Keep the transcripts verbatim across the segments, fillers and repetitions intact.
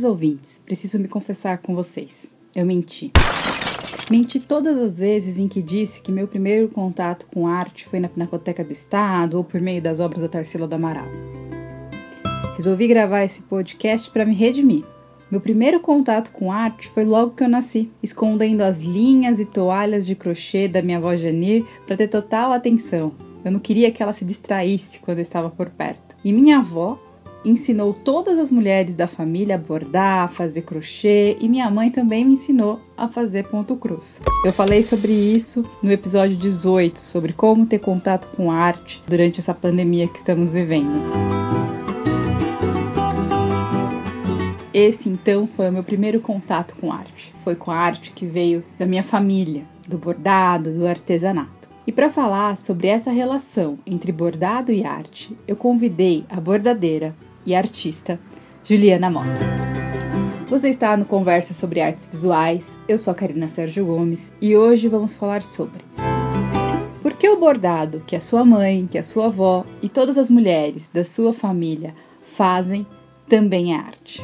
Queridos ouvintes, preciso me confessar com vocês. Eu menti. Menti todas as vezes em que disse que meu primeiro contato com arte foi na Pinacoteca do Estado ou por meio das obras da Tarsila do Amaral. Resolvi gravar esse podcast para me redimir. Meu primeiro contato com arte foi logo que eu nasci, escondendo as linhas e toalhas de crochê da minha avó Janir para ter total atenção. Eu não queria que ela se distraísse quando eu estava por perto. E minha avó ensinou todas as mulheres da família a bordar, a fazer crochê, e minha mãe também me ensinou a fazer ponto cruz. Eu falei sobre isso no episódio dezoito, sobre como ter contato com arte durante essa pandemia que estamos vivendo. Esse, então, foi o meu primeiro contato com arte. Foi com a arte que veio da minha família, do bordado, do artesanato. E para falar sobre essa relação entre bordado e arte, eu convidei a bordadeira e artista Juliana Mota. Você está no Conversa sobre Artes Visuais, eu sou a Karina Sérgio Gomes e hoje vamos falar sobre por que o bordado que a sua mãe, que a sua avó e todas as mulheres da sua família fazem também é arte.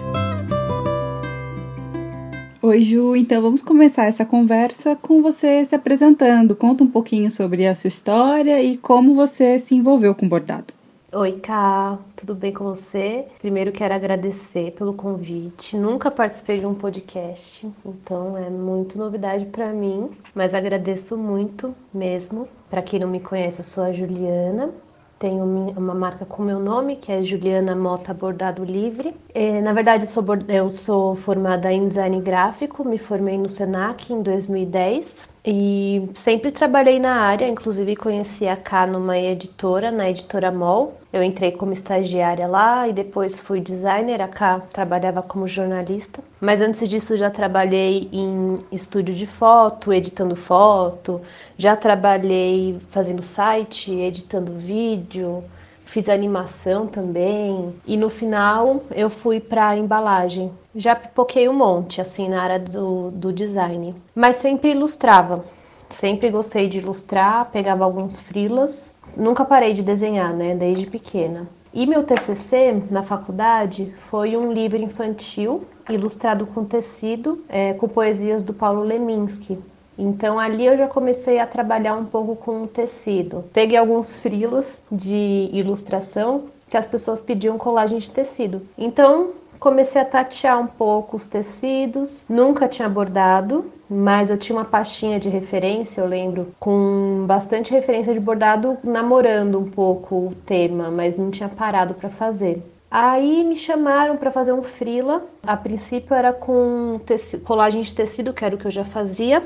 Oi, Ju, então vamos começar essa conversa com você se apresentando. Conta um pouquinho sobre a sua história e como você se envolveu com bordado. Oi, Ká, tudo bem com você? Primeiro quero agradecer pelo convite. Nunca participei de um podcast, então é muito novidade para mim, mas agradeço muito mesmo. Para quem não me conhece, eu sou a Juliana. Tenho uma marca com meu nome, que é Juliana Mota Bordado Livre. É, na verdade, eu sou, eu sou formada em design gráfico, me formei no Senac em dois mil e dez e sempre trabalhei na área, inclusive conheci a Ká numa editora, na editora Mol. Eu entrei como estagiária lá e depois fui designer, a Ká trabalhava como jornalista. Mas antes disso já trabalhei em estúdio de foto, editando foto, já trabalhei fazendo site, editando vídeo, fiz animação também. E no final eu fui para embalagem. Já pipoquei um monte, assim, na área do, do design. Mas sempre ilustrava. Sempre gostei de ilustrar, pegava alguns freelas. Nunca parei de desenhar, né, desde pequena. E meu T C C na faculdade foi um livro infantil ilustrado com tecido, é, com poesias do Paulo Leminski. Então ali eu já comecei a trabalhar um pouco com o tecido. Peguei alguns freelas de ilustração que as pessoas pediam colagem de tecido. Então comecei a tatear um pouco os tecidos, nunca tinha bordado, mas eu tinha uma pastinha de referência, eu lembro, com bastante referência de bordado, namorando um pouco o tema, mas não tinha parado para fazer. Aí me chamaram para fazer um freela, a princípio era com tecido, colagem de tecido, que era o que eu já fazia,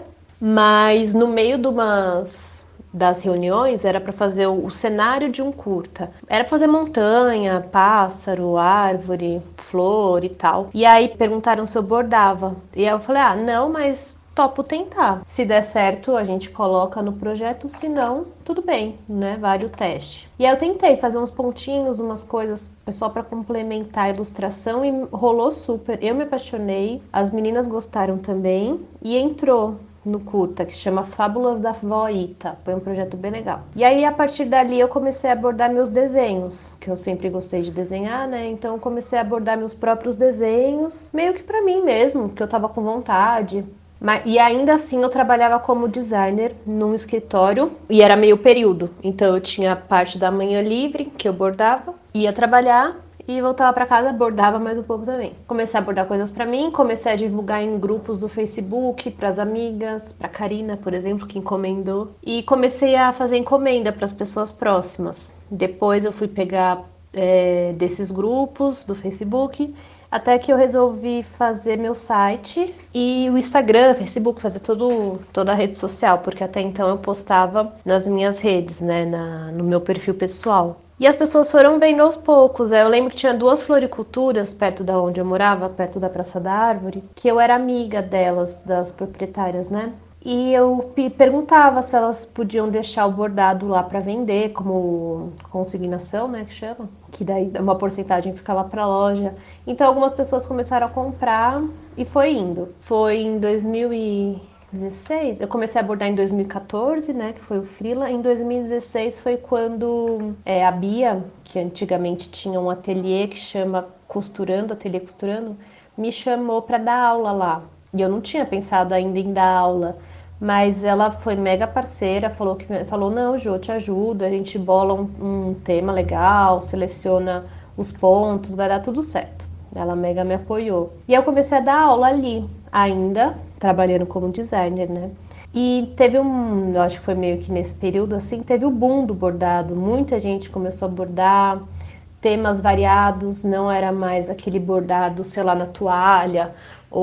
mas no meio de umas das reuniões era para fazer o, o cenário de um curta. Era para fazer montanha, pássaro, árvore, flor e tal. E aí perguntaram se eu bordava. E aí eu falei, ah, não, mas topo tentar. Se der certo, a gente coloca no projeto, se não, tudo bem, né? Vale o teste. E aí eu tentei fazer uns pontinhos, umas coisas só para complementar a ilustração e rolou super. Eu me apaixonei, as meninas gostaram também e entrou no curta, que se chama Fábulas da Vó Ita. Foi um projeto bem legal. E aí, a partir dali, eu comecei a abordar meus desenhos, que eu sempre gostei de desenhar, né? Então, eu comecei a abordar meus próprios desenhos, meio que pra mim mesmo, que eu tava com vontade. Mas, e ainda assim, eu trabalhava como designer num escritório, e era meio período. Então, eu tinha parte da manhã livre, que eu bordava, ia trabalhar, e voltava para casa, bordava mais um pouco também. Comecei a bordar coisas para mim, comecei a divulgar em grupos do Facebook, para as amigas, para Karina, por exemplo, que encomendou. E comecei a fazer encomenda para as pessoas próximas. Depois eu fui pegar é, desses grupos do Facebook, até que eu resolvi fazer meu site e o Instagram, Facebook, fazer todo, toda a rede social, porque até então eu postava nas minhas redes, né, na, no meu perfil pessoal. E as pessoas foram vendo aos poucos. Eu lembro que tinha duas floriculturas perto da onde eu morava, perto da Praça da Árvore, que eu era amiga delas, das proprietárias, né? E eu perguntava se elas podiam deixar o bordado lá para vender, como consignação, né, que chama, que daí uma porcentagem ficava para a loja. Então algumas pessoas começaram a comprar e foi indo. Foi em dois mil e dezesseis, eu comecei a bordar em dois mil e quatorze, né, que foi o freela. Em dois mil e dezesseis foi quando é, a Bia, que antigamente tinha um ateliê que chama Costurando, Ateliê Costurando, me chamou para dar aula lá. E eu não tinha pensado ainda em dar aula, mas ela foi mega parceira, falou que falou não, Jô, eu te ajudo, a gente bola um, um tema legal, seleciona os pontos, vai dar tudo certo. Ela mega me apoiou. E eu comecei a dar aula ali, ainda trabalhando como designer, né? E teve um, eu acho que foi meio que nesse período assim, teve o boom do bordado. Muita gente começou a bordar, temas variados, não era mais aquele bordado, sei lá, na toalha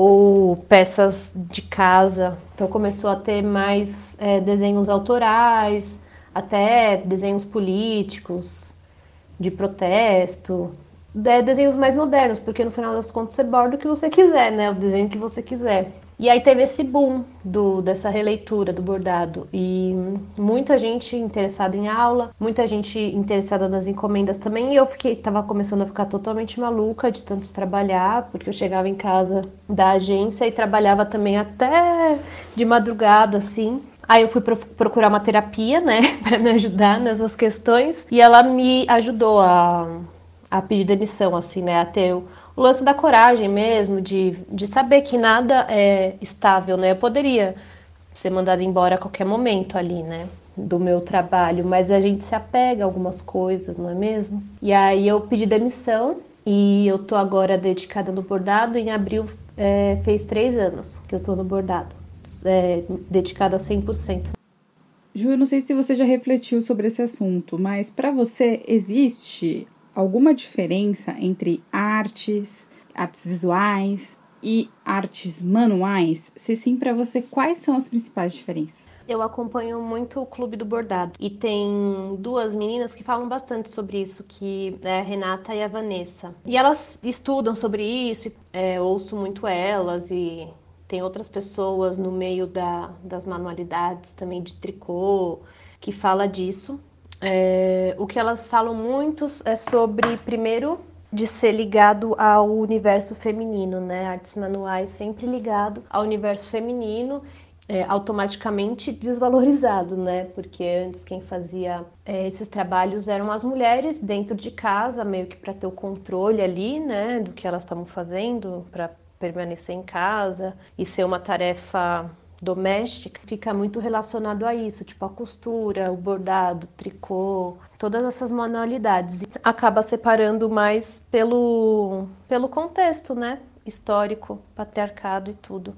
ou peças de casa. Então começou a ter mais é, desenhos autorais, até desenhos políticos, de protesto, é, desenhos mais modernos, porque no final das contas você borda o que você quiser, né? O desenho que você quiser. E aí teve esse boom do, dessa releitura do bordado e muita gente interessada em aula, muita gente interessada nas encomendas também. E eu fiquei, tava começando a ficar totalmente maluca de tanto trabalhar, porque eu chegava em casa da agência e trabalhava também até de madrugada, assim. Aí eu fui procurar uma terapia, né, para me ajudar nessas questões, e ela me ajudou a, a pedir demissão, assim, né, a ter o, o lance da coragem mesmo, de, de saber que nada é estável, né, eu poderia ser mandada embora a qualquer momento ali, né, do meu trabalho, mas a gente se apega a algumas coisas, não é mesmo? E aí eu pedi demissão e eu tô agora dedicada no bordado, em abril é, fez três anos que eu tô no bordado. É, dedicada a cem por cento. Ju, eu não sei se você já refletiu sobre esse assunto, mas para você existe alguma diferença entre artes, artes visuais e artes manuais? Se sim, para você, quais são as principais diferenças? Eu acompanho muito o Clube do Bordado e tem duas meninas que falam bastante sobre isso, que é a Renata e a Vanessa. E elas estudam sobre isso, é, ouço muito elas e tem outras pessoas no meio da, das manualidades também de tricô que fala disso. É, o que elas falam muito é sobre, primeiro, de ser ligado ao universo feminino, né? Artes manuais sempre ligado ao universo feminino, é, automaticamente desvalorizado, né? Porque antes quem fazia é, esses trabalhos eram as mulheres dentro de casa, meio que para ter o controle ali, né? Do que elas estavam fazendo, para permanecer em casa e ser uma tarefa doméstica, fica muito relacionado a isso, tipo a costura, o bordado, o tricô, todas essas manualidades. Acaba separando mais pelo, pelo contexto, né? Histórico, patriarcado e tudo.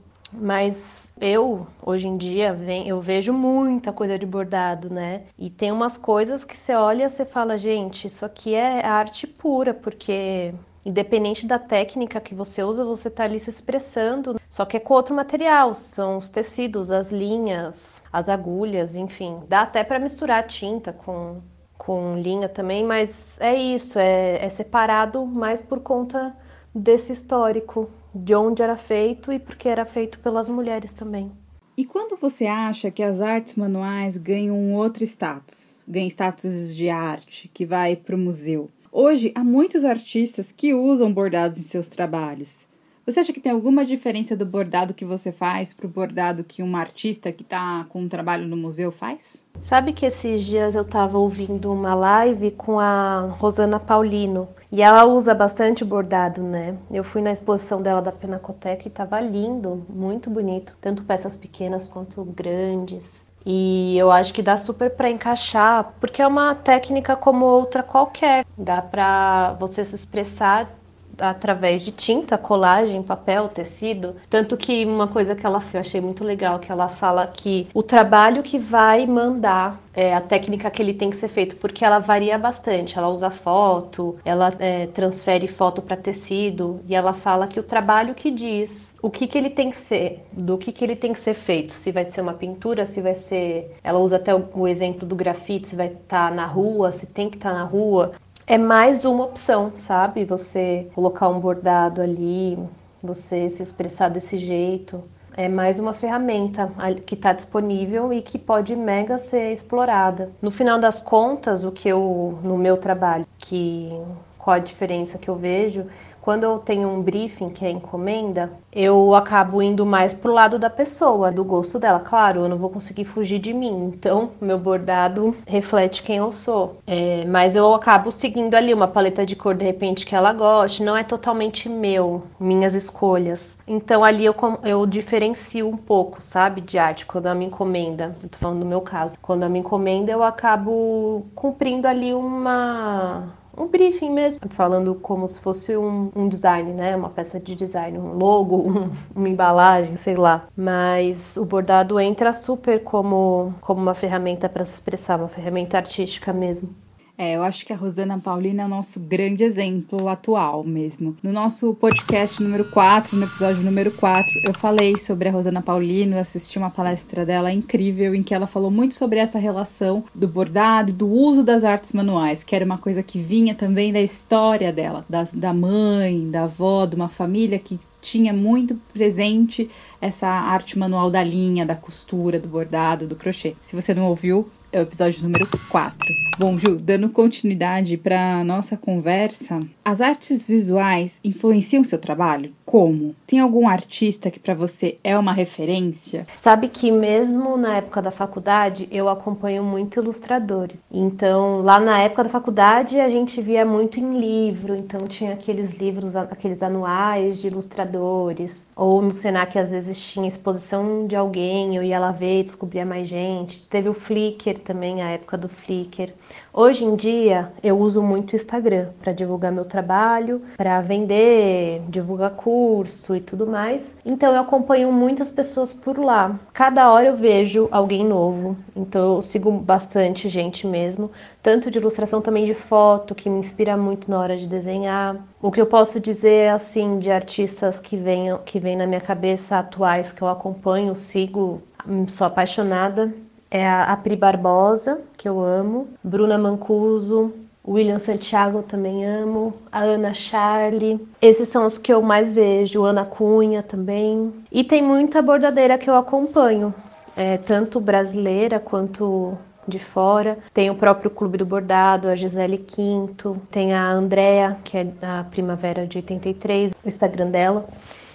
Mas eu, hoje em dia, eu vejo muita coisa de bordado, né? E tem umas coisas que você olha e você fala, gente, isso aqui é arte pura, porque independente da técnica que você usa, você está ali se expressando, só que é com outro material, são os tecidos, as linhas, as agulhas, enfim. Dá até para misturar tinta com, com linha também, mas é isso, é, é separado mais por conta desse histórico, de onde era feito e porque era feito pelas mulheres também. E quando você acha que as artes manuais ganham um outro status, ganham status de arte, que vai para o museu? Hoje, há muitos artistas que usam bordados em seus trabalhos. Você acha que tem alguma diferença do bordado que você faz para o bordado que uma artista que está com um trabalho no museu faz? Sabe que esses dias eu estava ouvindo uma live com a Rosana Paulino e ela usa bastante bordado, né? Eu fui na exposição dela da Pinacoteca e estava lindo, muito bonito, tanto peças pequenas quanto grandes. E eu acho que dá super para encaixar, porque é uma técnica como outra qualquer. Dá para você se expressar através de tinta, colagem, papel, tecido. Tanto que uma coisa que ela eu achei muito legal, que ela fala que o trabalho que vai mandar é a técnica que ele tem que ser feito, porque ela varia bastante. Ela usa foto, ela é, transfere foto para tecido, e ela fala que o trabalho que diz o que, que ele tem que ser, do que, que ele tem que ser feito, se vai ser uma pintura, se vai ser... Ela usa até o, o exemplo do grafite, se vai estar tá na rua, se tem que estar tá na rua. É mais uma opção, sabe? Você colocar um bordado ali, você se expressar desse jeito. É mais uma ferramenta que está disponível e que pode mega ser explorada. No final das contas, o que eu, no meu trabalho, que qual a diferença que eu vejo, Quando eu tenho um briefing, que é encomenda, eu acabo indo mais pro lado da pessoa, do gosto dela. Claro, eu não vou conseguir fugir de mim, então meu bordado reflete quem eu sou. É, mas eu acabo seguindo ali uma paleta de cor, de repente, que ela goste. Não é totalmente meu, minhas escolhas. Então ali eu, eu diferencio um pouco, sabe, de arte, quando ela me encomenda. Eu tô falando do meu caso. Quando ela me encomenda, eu acabo cumprindo ali uma... um briefing mesmo, falando como se fosse um, um design, né? Uma peça de design, um logo, um, uma embalagem, sei lá. Mas o bordado entra super como, como uma ferramenta para se expressar, uma ferramenta artística mesmo. É, eu acho que a Rosana Paulino é o nosso grande exemplo atual mesmo. No nosso podcast número quatro, no episódio número quatro, eu falei sobre a Rosana Paulino, assisti uma palestra dela incrível, em que ela falou muito sobre essa relação do bordado e do uso das artes manuais, que era uma coisa que vinha também da história dela, da, da mãe, da avó, de uma família que tinha muito presente essa arte manual da linha, da costura, do bordado, do crochê. Se você não ouviu, é o episódio número quatro. Bom, Ju, dando continuidade para nossa conversa, as artes visuais influenciam o seu trabalho? Como? Tem algum artista que para você é uma referência? Sabe que mesmo na época da faculdade, eu acompanho muito ilustradores. Então, lá na época da faculdade, a gente via muito em livro. Então, tinha aqueles livros, aqueles anuais de ilustradores. Ou no Senac, às vezes, tinha exposição de alguém, eu ia lá ver, descobria mais gente. Teve o Flickr também, a época do Flickr. Hoje em dia, eu uso muito o Instagram para divulgar meu trabalho, para vender, divulgar curso e tudo mais. Então, eu acompanho muitas pessoas por lá. Cada hora eu vejo alguém novo. Então, eu sigo bastante gente mesmo, tanto de ilustração também de foto, que me inspira muito na hora de desenhar. O que eu posso dizer, assim, de artistas que vêm que vem na minha cabeça atuais, que eu acompanho, sigo, sou apaixonada, é a Pri Barbosa, que eu amo, Bruna Mancuso, William Santiago também amo, a Ana Charlie. Esses são os que eu mais vejo, Ana Cunha também. E tem muita bordadeira que eu acompanho, é, tanto brasileira quanto de fora. Tem o próprio Clube do Bordado, a Gisele Quinto, tem a Andrea, que é da Primavera de oitenta e três, o Instagram dela.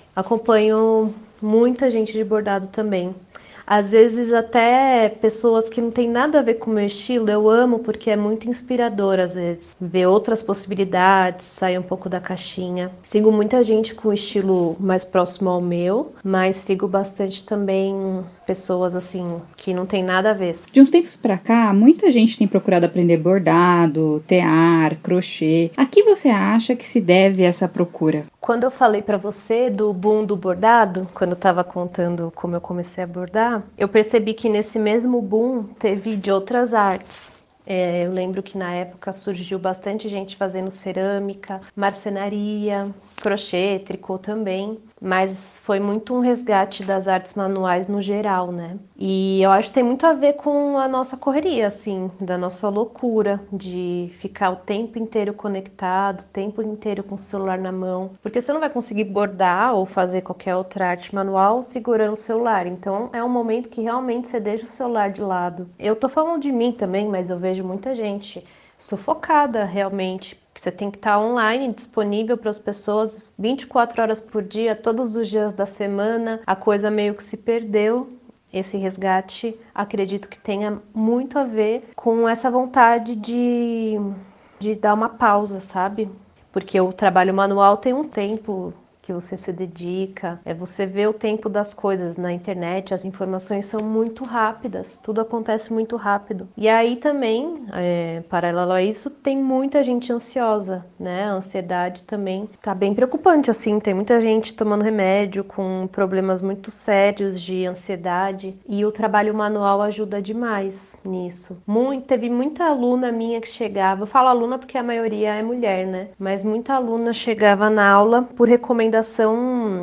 Acompanho muita gente de bordado também. Às vezes até pessoas que não tem nada a ver com o meu estilo, eu amo porque é muito inspirador às vezes. Ver outras possibilidades, sair um pouco da caixinha. Sigo muita gente com estilo mais próximo ao meu, mas sigo bastante também pessoas assim que não tem nada a ver. De uns tempos pra cá, muita gente tem procurado aprender bordado, tear, crochê. A que você acha que se deve essa procura? Quando eu falei pra você do boom do bordado, quando eu tava contando como eu comecei a bordar, eu percebi que nesse mesmo boom teve de outras artes. É, eu lembro que na época surgiu bastante gente fazendo cerâmica, marcenaria, crochê, tricô também, mas foi muito um resgate das artes manuais no geral, né? E eu acho que tem muito a ver com a nossa correria, assim, da nossa loucura de ficar o tempo inteiro conectado, o tempo inteiro com o celular na mão, porque você não vai conseguir bordar ou fazer qualquer outra arte manual segurando o celular. Então é um momento que realmente você deixa o celular de lado. Eu tô falando de mim também, mas eu vejo muita gente sufocada realmente. Você tem que estar online, disponível para as pessoas vinte e quatro horas por dia, todos os dias da semana. A coisa meio que se perdeu. Esse resgate, acredito que tenha muito a ver com essa vontade de, de dar uma pausa, sabe? Porque o trabalho manual tem um tempo que você se dedica, é você vê o tempo das coisas na internet, as informações são muito rápidas, tudo acontece muito rápido. E aí também, é, paralelo a isso, tem muita gente ansiosa, né? A ansiedade também tá bem preocupante, assim, tem muita gente tomando remédio com problemas muito sérios de ansiedade e o trabalho manual ajuda demais nisso. Muito, teve muita aluna minha que chegava, eu falo aluna porque a maioria é mulher, né? Mas muita aluna chegava na aula por recomendação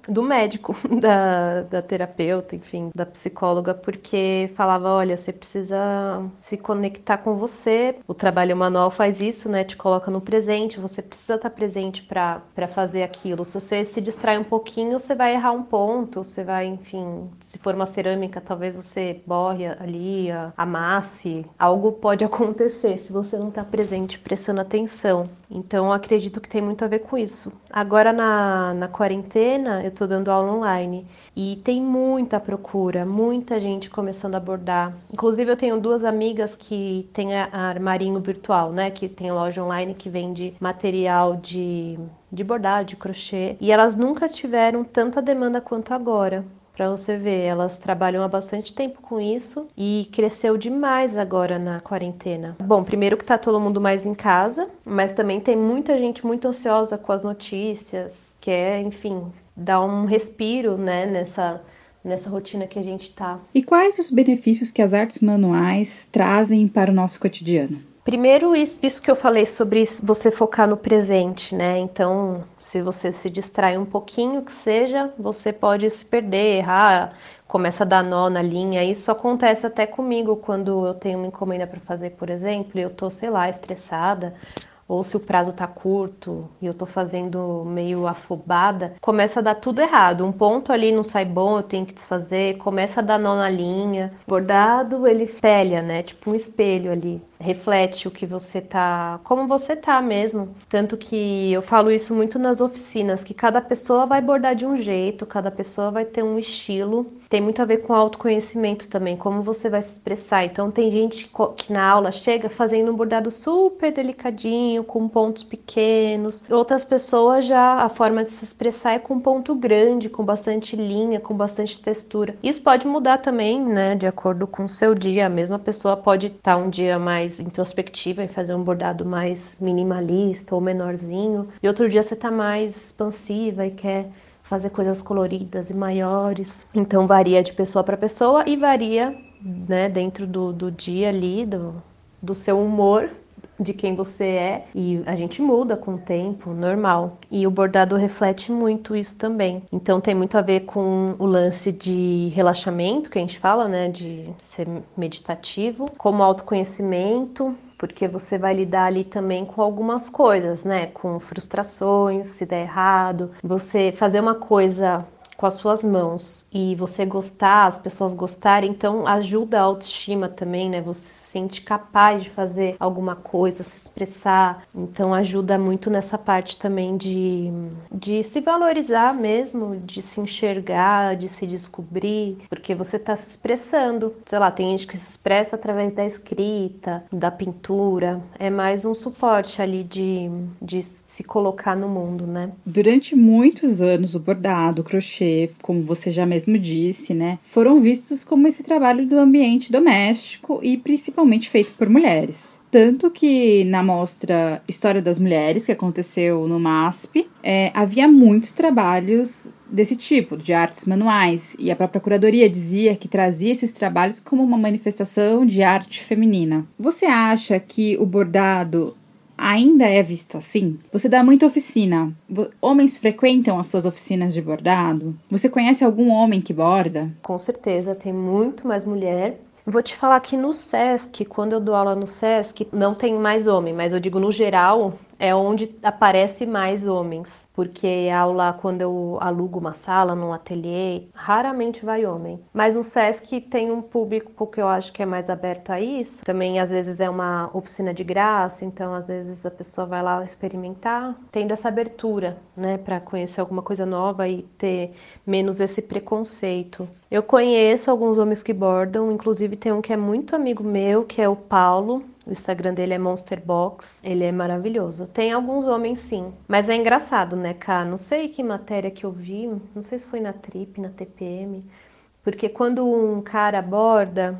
do médico, da, da terapeuta, enfim, da psicóloga, porque falava, olha, você precisa se conectar com você, o trabalho manual faz isso, né, te coloca no presente, você precisa estar presente para para fazer aquilo. Se você se distrai um pouquinho, você vai errar um ponto, você vai, enfim, se for uma cerâmica, talvez você borre ali, amasse, algo pode acontecer se você não está presente, prestando atenção. Então, eu acredito que tem muito a ver com isso. Agora, na, na quarentena, eu estou dando aula online e tem muita procura, muita gente começando a bordar. Inclusive, eu tenho duas amigas que têm a, a armarinho virtual, né? Que tem loja online que vende material de, de bordado, de crochê. E elas nunca tiveram tanta demanda quanto agora. Para você ver, elas trabalham há bastante tempo com isso e cresceu demais agora na quarentena. Bom, primeiro que tá todo mundo mais em casa, mas também tem muita gente muito ansiosa com as notícias, quer, enfim, dar um respiro, né, nessa nessa rotina que a gente tá. E quais os benefícios que as artes manuais trazem para o nosso cotidiano? Primeiro, isso, isso que eu falei sobre você focar no presente, né? Então, se você se distrai um pouquinho, que seja, você pode se perder, errar, começa a dar nó na linha. Isso acontece até comigo quando eu tenho uma encomenda para fazer, por exemplo, e eu tô, sei lá, estressada, ou se o prazo tá curto e eu tô fazendo meio afobada, começa a dar tudo errado. Um ponto ali não sai bom, eu tenho que desfazer, começa a dar nó na linha. Bordado, ele espelha, né? Tipo um espelho ali. Reflete o que você tá, como você tá mesmo. Tanto que eu falo isso muito nas oficinas, que cada pessoa vai bordar de um jeito, cada pessoa vai ter um estilo. Tem muito a ver com autoconhecimento também, como você vai se expressar. Então tem gente que na aula chega fazendo um bordado super delicadinho, com pontos pequenos. Outras pessoas já, a forma de se expressar é com ponto grande, com bastante linha, com bastante textura. Isso pode mudar também, né, de acordo com o seu dia. A mesma pessoa pode estar um dia mais introspectiva e fazer um bordado mais minimalista ou menorzinho. E outro dia você tá mais expansiva e quer fazer coisas coloridas e maiores. Então varia de pessoa para pessoa e varia, né, dentro do, do dia ali, do, do seu humor, de quem você é. E a gente muda com o tempo, normal. E o bordado reflete muito isso também. Então tem muito a ver com o lance de relaxamento, que a gente fala, né, de ser meditativo, como autoconhecimento, porque você vai lidar ali também com algumas coisas, né? Com frustrações, se der errado. Você fazer uma coisa com as suas mãos e você gostar, as pessoas gostarem, então ajuda a autoestima também, né? Você se sente capaz de fazer alguma coisa, se expressar. Então ajuda muito nessa parte também de, de se valorizar mesmo, de se enxergar, de se descobrir, porque você está se expressando. Sei lá, tem gente que se expressa através da escrita, da pintura. É mais um suporte ali de, de se colocar no mundo, né? Durante muitos anos, o bordado, o crochê, como você já mesmo disse, né, foram vistos como esse trabalho do ambiente doméstico e principalmente feito por mulheres. Tanto que na mostra História das Mulheres, que aconteceu no MASP, é, havia muitos trabalhos desse tipo, de artes manuais, e a própria curadoria dizia que trazia esses trabalhos como uma manifestação de arte feminina. Você acha que o bordado ainda é visto assim? Você dá muita oficina. Homens frequentam as suas oficinas de bordado? Você conhece algum homem que borda? Com certeza, tem muito mais mulher. Vou te falar que no Sesc, quando eu dou aula no Sesc, não tem mais homem, mas eu digo no geral, é onde aparece mais homens. Porque aula, quando eu alugo uma sala num ateliê, raramente vai homem. Mas no Sesc tem um público que eu acho que é mais aberto a isso. Também, às vezes, é uma oficina de graça, então, às vezes, a pessoa vai lá experimentar, tendo essa abertura, né, para conhecer alguma coisa nova e ter menos esse preconceito. Eu conheço alguns homens que bordam, inclusive tem um que é muito amigo meu, que é o Paulo. O Instagram dele é Monsterbox. Ele é maravilhoso. Tem alguns homens, sim. Mas é engraçado, né, Ká? Não sei que matéria que eu vi. Não sei se foi na Trip, na T P M. Porque quando um cara aborda,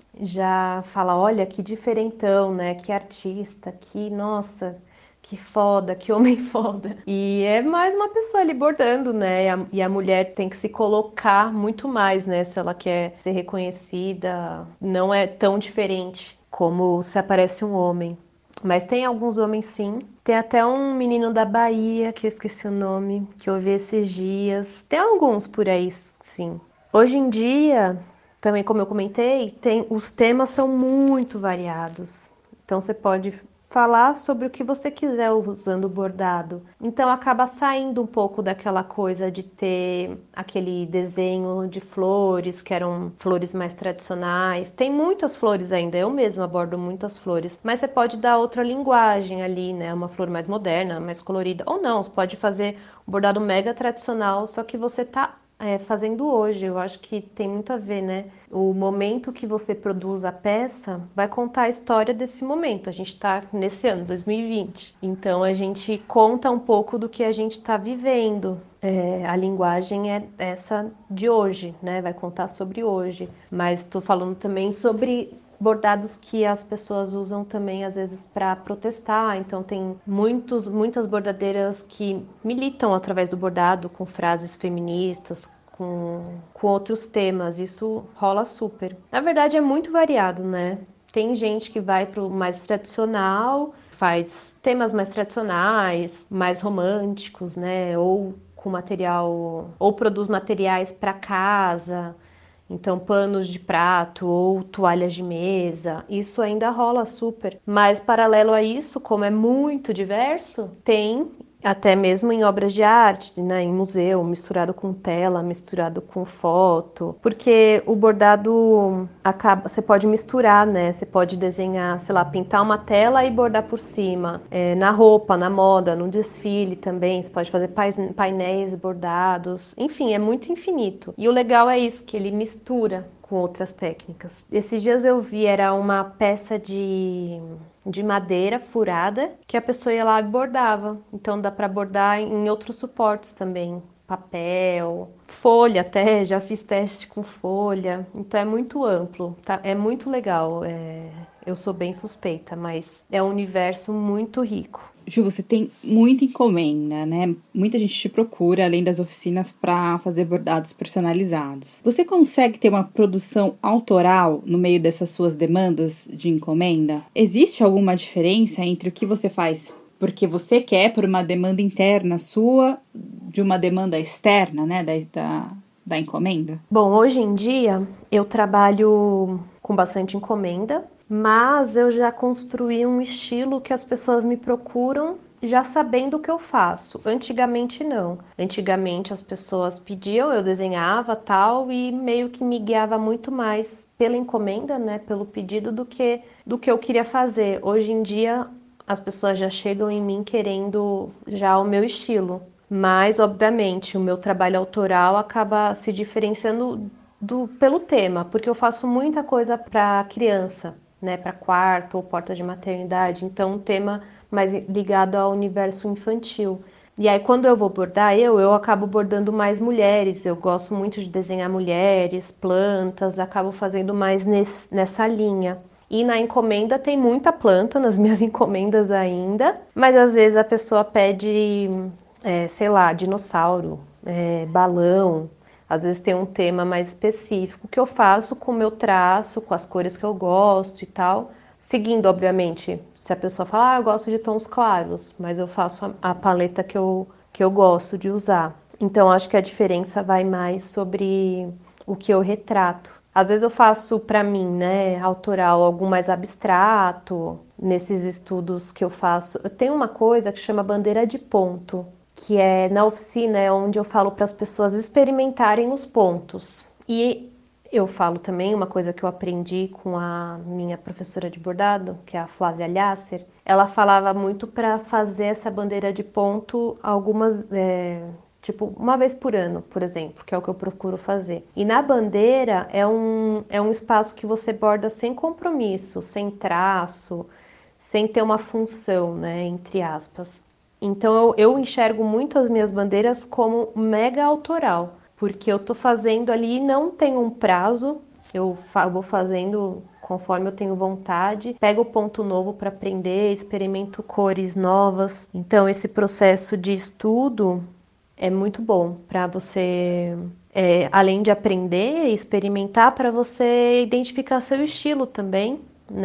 já fala, olha, que diferentão, né? Que artista, que, nossa, que foda, que homem foda. E é mais uma pessoa ali bordando, né? E a, e a mulher tem que se colocar muito mais, né? Se ela quer ser reconhecida. Não é tão diferente como se aparece um homem. Mas tem alguns homens sim. Tem até um menino da Bahia, que eu esqueci o nome, que eu vi esses dias. Tem alguns por aí, sim. Hoje em dia, também como eu comentei, tem, os temas são muito variados. Então você pode falar sobre o que você quiser usando o bordado. Então acaba saindo um pouco daquela coisa de ter aquele desenho de flores, que eram flores mais tradicionais. Tem muitas flores ainda, eu mesma abordo muitas flores, mas você pode dar outra linguagem ali, né? Uma flor mais moderna, mais colorida. Ou não, você pode fazer um bordado mega tradicional, só que você tá é, fazendo hoje. Eu acho que tem muito a ver, né? O momento que você produz a peça vai contar a história desse momento. A gente está nesse ano, dois mil e vinte. Então a gente conta um pouco do que a gente está vivendo. É, a linguagem é essa de hoje, né? Vai contar sobre hoje. Mas estou falando também sobre bordados que as pessoas usam também às vezes para protestar. Então tem muitos, muitas bordadeiras que militam através do bordado com frases feministas, com, com outros temas. Isso rola super. Na verdade é muito variado, né? Tem gente que vai para o mais tradicional, faz temas mais tradicionais, mais românticos, né? Ou com material, ou produz materiais para casa. Então, panos de prato ou toalhas de mesa, isso ainda rola super. Mas, paralelo a isso, como é muito diverso, tem até mesmo em obras de arte, né, em museu, misturado com tela, misturado com foto, porque o bordado acaba, você pode misturar, né? Você pode desenhar, sei lá, pintar uma tela e bordar por cima, é, na roupa, na moda, no desfile também. Você pode fazer painéis bordados, enfim, é muito infinito. E o legal é isso, que ele mistura com outras técnicas. Esses dias eu vi, era uma peça de de madeira furada que a pessoa ia lá e bordava. Então dá para bordar em outros suportes também, papel, folha até, já fiz teste com folha. Então é muito amplo, tá? É muito legal. É... Eu sou bem suspeita, mas é um universo muito rico. Ju, você tem muita encomenda, né? Muita gente te procura, além das oficinas, para fazer bordados personalizados. Você consegue ter uma produção autoral no meio dessas suas demandas de encomenda? Existe alguma diferença entre o que você faz porque você quer, por uma demanda interna sua, de uma demanda externa, né, da, da, da encomenda? Bom, hoje em dia eu trabalho com bastante encomenda, mas eu já construí um estilo que as pessoas me procuram já sabendo o que eu faço. Antigamente não. Antigamente as pessoas pediam, eu desenhava tal e meio que me guiava muito mais pela encomenda, né, pelo pedido do que do que eu queria fazer. Hoje em dia as pessoas já chegam em mim querendo já o meu estilo. Mas, obviamente, o meu trabalho autoral acaba se diferenciando do, pelo tema, porque eu faço muita coisa para criança, né, para quarto ou porta de maternidade, então um tema mais ligado ao universo infantil. E aí, quando eu vou bordar, eu, eu acabo bordando mais mulheres, eu gosto muito de desenhar mulheres, plantas, acabo fazendo mais nesse, nessa linha. E na encomenda tem muita planta nas minhas encomendas ainda, mas às vezes a pessoa pede, é, sei lá, dinossauro, é, balão. Às vezes tem um tema mais específico que eu faço com o meu traço, com as cores que eu gosto e tal. Seguindo, obviamente, se a pessoa falar, ah, eu gosto de tons claros, mas eu faço a, a paleta que eu, que eu gosto de usar. Então, acho que a diferença vai mais sobre o que eu retrato. Às vezes eu faço para mim, né, autoral, algo mais abstrato, nesses estudos que eu faço. Eu tenho uma coisa que chama bandeira de ponto, que é na oficina, é onde eu falo para as pessoas experimentarem os pontos. E eu falo também uma coisa que eu aprendi com a minha professora de bordado, que é a Flávia Lhasser. Ela falava muito para fazer essa bandeira de ponto algumas... É, tipo, uma vez por ano, por exemplo, que é o que eu procuro fazer. E na bandeira é um, é um espaço que você borda sem compromisso, sem traço, sem ter uma função, né, entre aspas. Então eu, eu enxergo muito as minhas bandeiras como mega autoral, porque eu tô fazendo ali, não tem um prazo, eu fa- vou fazendo conforme eu tenho vontade, pego o ponto novo para aprender, experimento cores novas. Então esse processo de estudo é muito bom para você, é, além de aprender, experimentar, para você identificar seu estilo também, né?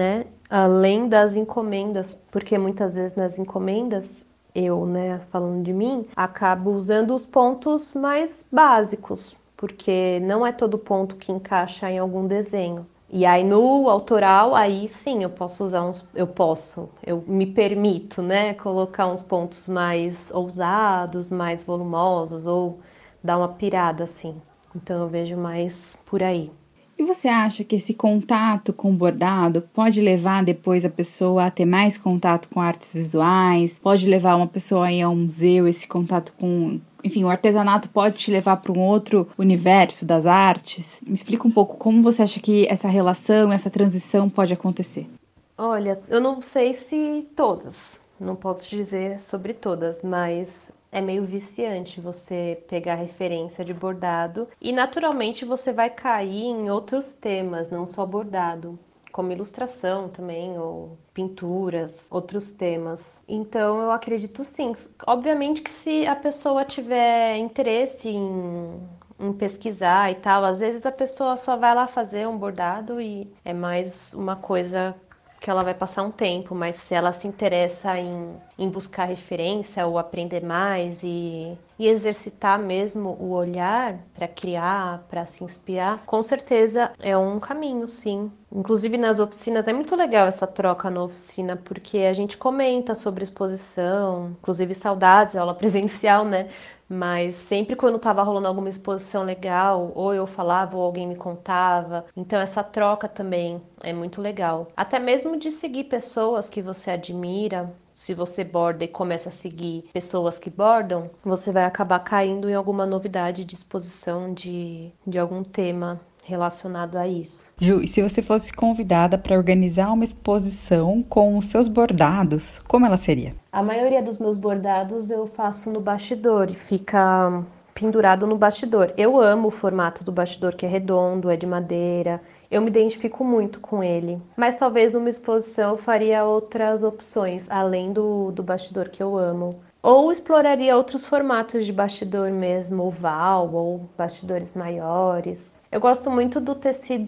além das encomendas, porque muitas vezes nas encomendas, eu, né, falando de mim, acabo usando os pontos mais básicos, porque não é todo ponto que encaixa em algum desenho. E aí no autoral, aí sim, eu posso usar uns, eu posso, eu me permito, né, colocar uns pontos mais ousados, mais volumosos ou dar uma pirada assim. Então eu vejo mais por aí. E você acha que esse contato com o bordado pode levar depois a pessoa a ter mais contato com artes visuais? Pode levar uma pessoa a ir ao museu, esse contato com... Enfim, o artesanato pode te levar para um outro universo das artes? Me explica um pouco como você acha que essa relação, essa transição pode acontecer. Olha, eu não sei se todas, não posso dizer sobre todas, mas é meio viciante você pegar referência de bordado e naturalmente você vai cair em outros temas, não só bordado, como ilustração também, ou pinturas, outros temas. Então eu acredito sim. Obviamente que se a pessoa tiver interesse em, em pesquisar e tal, às vezes a pessoa só vai lá fazer um bordado e é mais uma coisa que ela vai passar um tempo, mas se ela se interessa em, em buscar referência ou aprender mais e, e exercitar mesmo o olhar para criar, para se inspirar, com certeza é um caminho, sim. Inclusive nas oficinas, é muito legal essa troca na oficina, porque a gente comenta sobre exposição, inclusive saudades, aula presencial, né? Mas sempre quando estava rolando alguma exposição legal, ou eu falava ou alguém me contava. Então essa troca também é muito legal. Até mesmo de seguir pessoas que você admira. Se você borda e começa a seguir pessoas que bordam, você vai acabar caindo em alguma novidade de exposição de, de algum tema relacionado a isso. Ju, e se você fosse convidada para organizar uma exposição com os seus bordados, como ela seria? A maioria dos meus bordados eu faço no bastidor e fica pendurado no bastidor. Eu amo o formato do bastidor, que é redondo, é de madeira. Eu me identifico muito com ele. Mas talvez numa exposição eu faria outras opções, além do, do bastidor que eu amo. Ou exploraria outros formatos de bastidor mesmo, oval ou bastidores maiores. Eu gosto muito do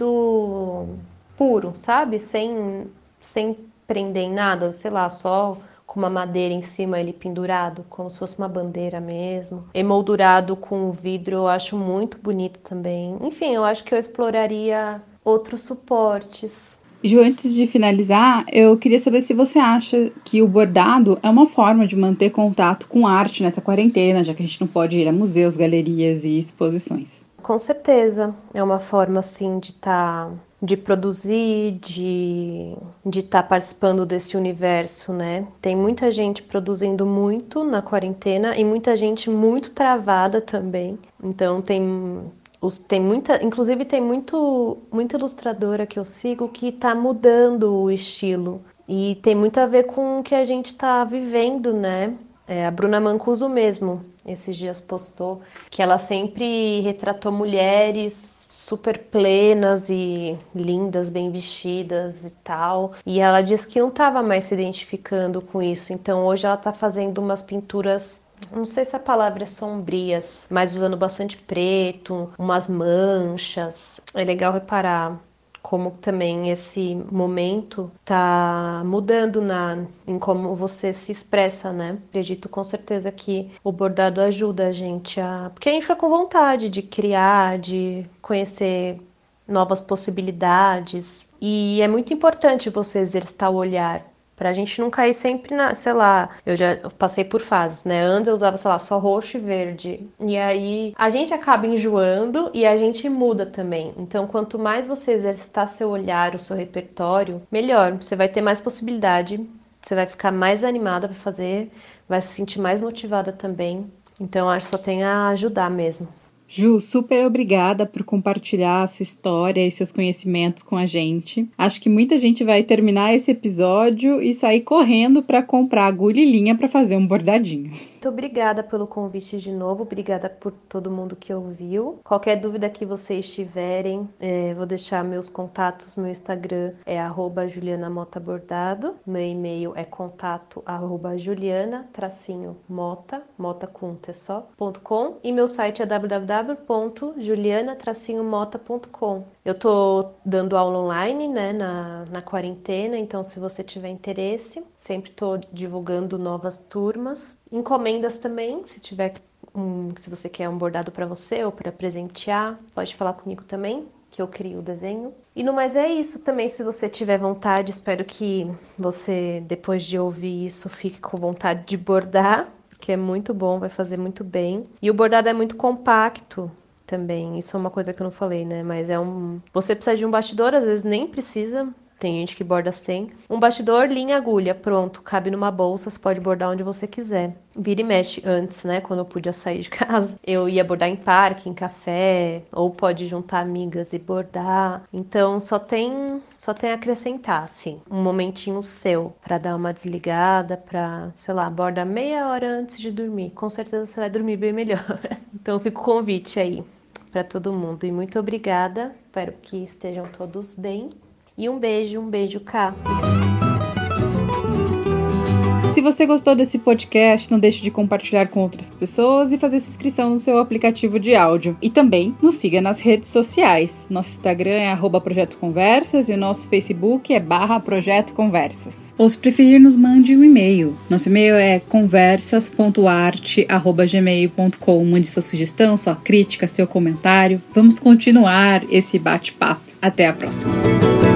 tecido puro, sabe? Sem, sem prender em nada, sei lá, só com uma madeira em cima ele pendurado, como se fosse uma bandeira mesmo. Emoldurado com vidro eu acho muito bonito também. Enfim, eu acho que eu exploraria outros suportes. Ju, antes de finalizar, eu queria saber se você acha que o bordado é uma forma de manter contato com arte nessa quarentena, já que a gente não pode ir a museus, galerias e exposições. Com certeza, é uma forma assim de estar, tá, de produzir, de de estar tá participando desse universo, né? Tem muita gente produzindo muito na quarentena e muita gente muito travada também. Então tem os, tem muita, inclusive tem muito muita ilustradora que eu sigo que está mudando o estilo e tem muito a ver com o que a gente está vivendo, né? É, a Bruna Mancuso mesmo, esses dias postou que ela sempre retratou mulheres super plenas e lindas, bem vestidas e tal. E ela disse que não estava mais se identificando com isso. Então hoje ela está fazendo umas pinturas, não sei se a palavra é sombrias, mas usando bastante preto, umas manchas. É legal reparar como também esse momento tá mudando na, em como você se expressa, né? Acredito com certeza que o bordado ajuda a gente a... Porque a gente fica com vontade de criar, de conhecer novas possibilidades. E é muito importante você exercitar o olhar, pra gente não cair sempre na, sei lá, eu já passei por fases, né? Antes eu usava, sei lá, só roxo e verde. E aí a gente acaba enjoando e a gente muda também. Então, quanto mais você exercitar seu olhar, o seu repertório, melhor. Você vai ter mais possibilidade, você vai ficar mais animada para fazer, vai se sentir mais motivada também. Então, acho que só tem a ajudar mesmo. Ju, super obrigada por compartilhar a sua história e seus conhecimentos com a gente. Acho que muita gente vai terminar esse episódio e sair correndo para comprar agulha e linha para fazer um bordadinho. Muito obrigada pelo convite de novo, obrigada por todo mundo que ouviu. Qualquer dúvida que vocês tiverem, é, vou deixar meus contatos, meu Instagram é arroba Juliana Mota Bordado, meu e-mail é contato arroba Juliana tracinho Mota, Mota com T só, ponto com, e meu site é w w w w ponto juliana tracinho mota ponto com. Eu tô dando aula online, né, na, na quarentena, então se você tiver interesse, sempre tô divulgando novas turmas. Encomendas também, se tiver um, se você quer um bordado para você ou para presentear, pode falar comigo também, que eu crio o desenho. E no mais é isso também, se você tiver vontade, espero que você, depois de ouvir isso, fique com vontade de bordar, que é muito bom, vai fazer muito bem. E o bordado é muito compacto também, isso é uma coisa que eu não falei, né? Mas é um... Você precisa de um bastidor, às vezes nem precisa, tem gente que borda sem. Um bastidor, linha, agulha, pronto, cabe numa bolsa, você pode bordar onde você quiser. Vira e mexe antes, né? Quando eu podia sair de casa, eu ia bordar em parque, em café, ou pode juntar amigas e bordar. Então só tem, só tem a acrescentar, assim, um momentinho seu pra dar uma desligada, pra, sei lá, borda meia hora antes de dormir. Com certeza você vai dormir bem melhor. Então fica o convite aí pra todo mundo e muito obrigada. Espero que estejam todos bem. E um beijo, um beijo, Cá. Se você gostou desse podcast, não deixe de compartilhar com outras pessoas e fazer sua inscrição no seu aplicativo de áudio. E também nos siga nas redes sociais. Nosso Instagram é arroba Projeto Conversas e o nosso Facebook é barra Projeto Conversas. Ou se preferir, nos mande um e-mail. Nosso e-mail é conversas ponto arte arroba gmail ponto com. Mande sua sugestão, sua crítica, seu comentário. Vamos continuar esse bate-papo. Até a próxima!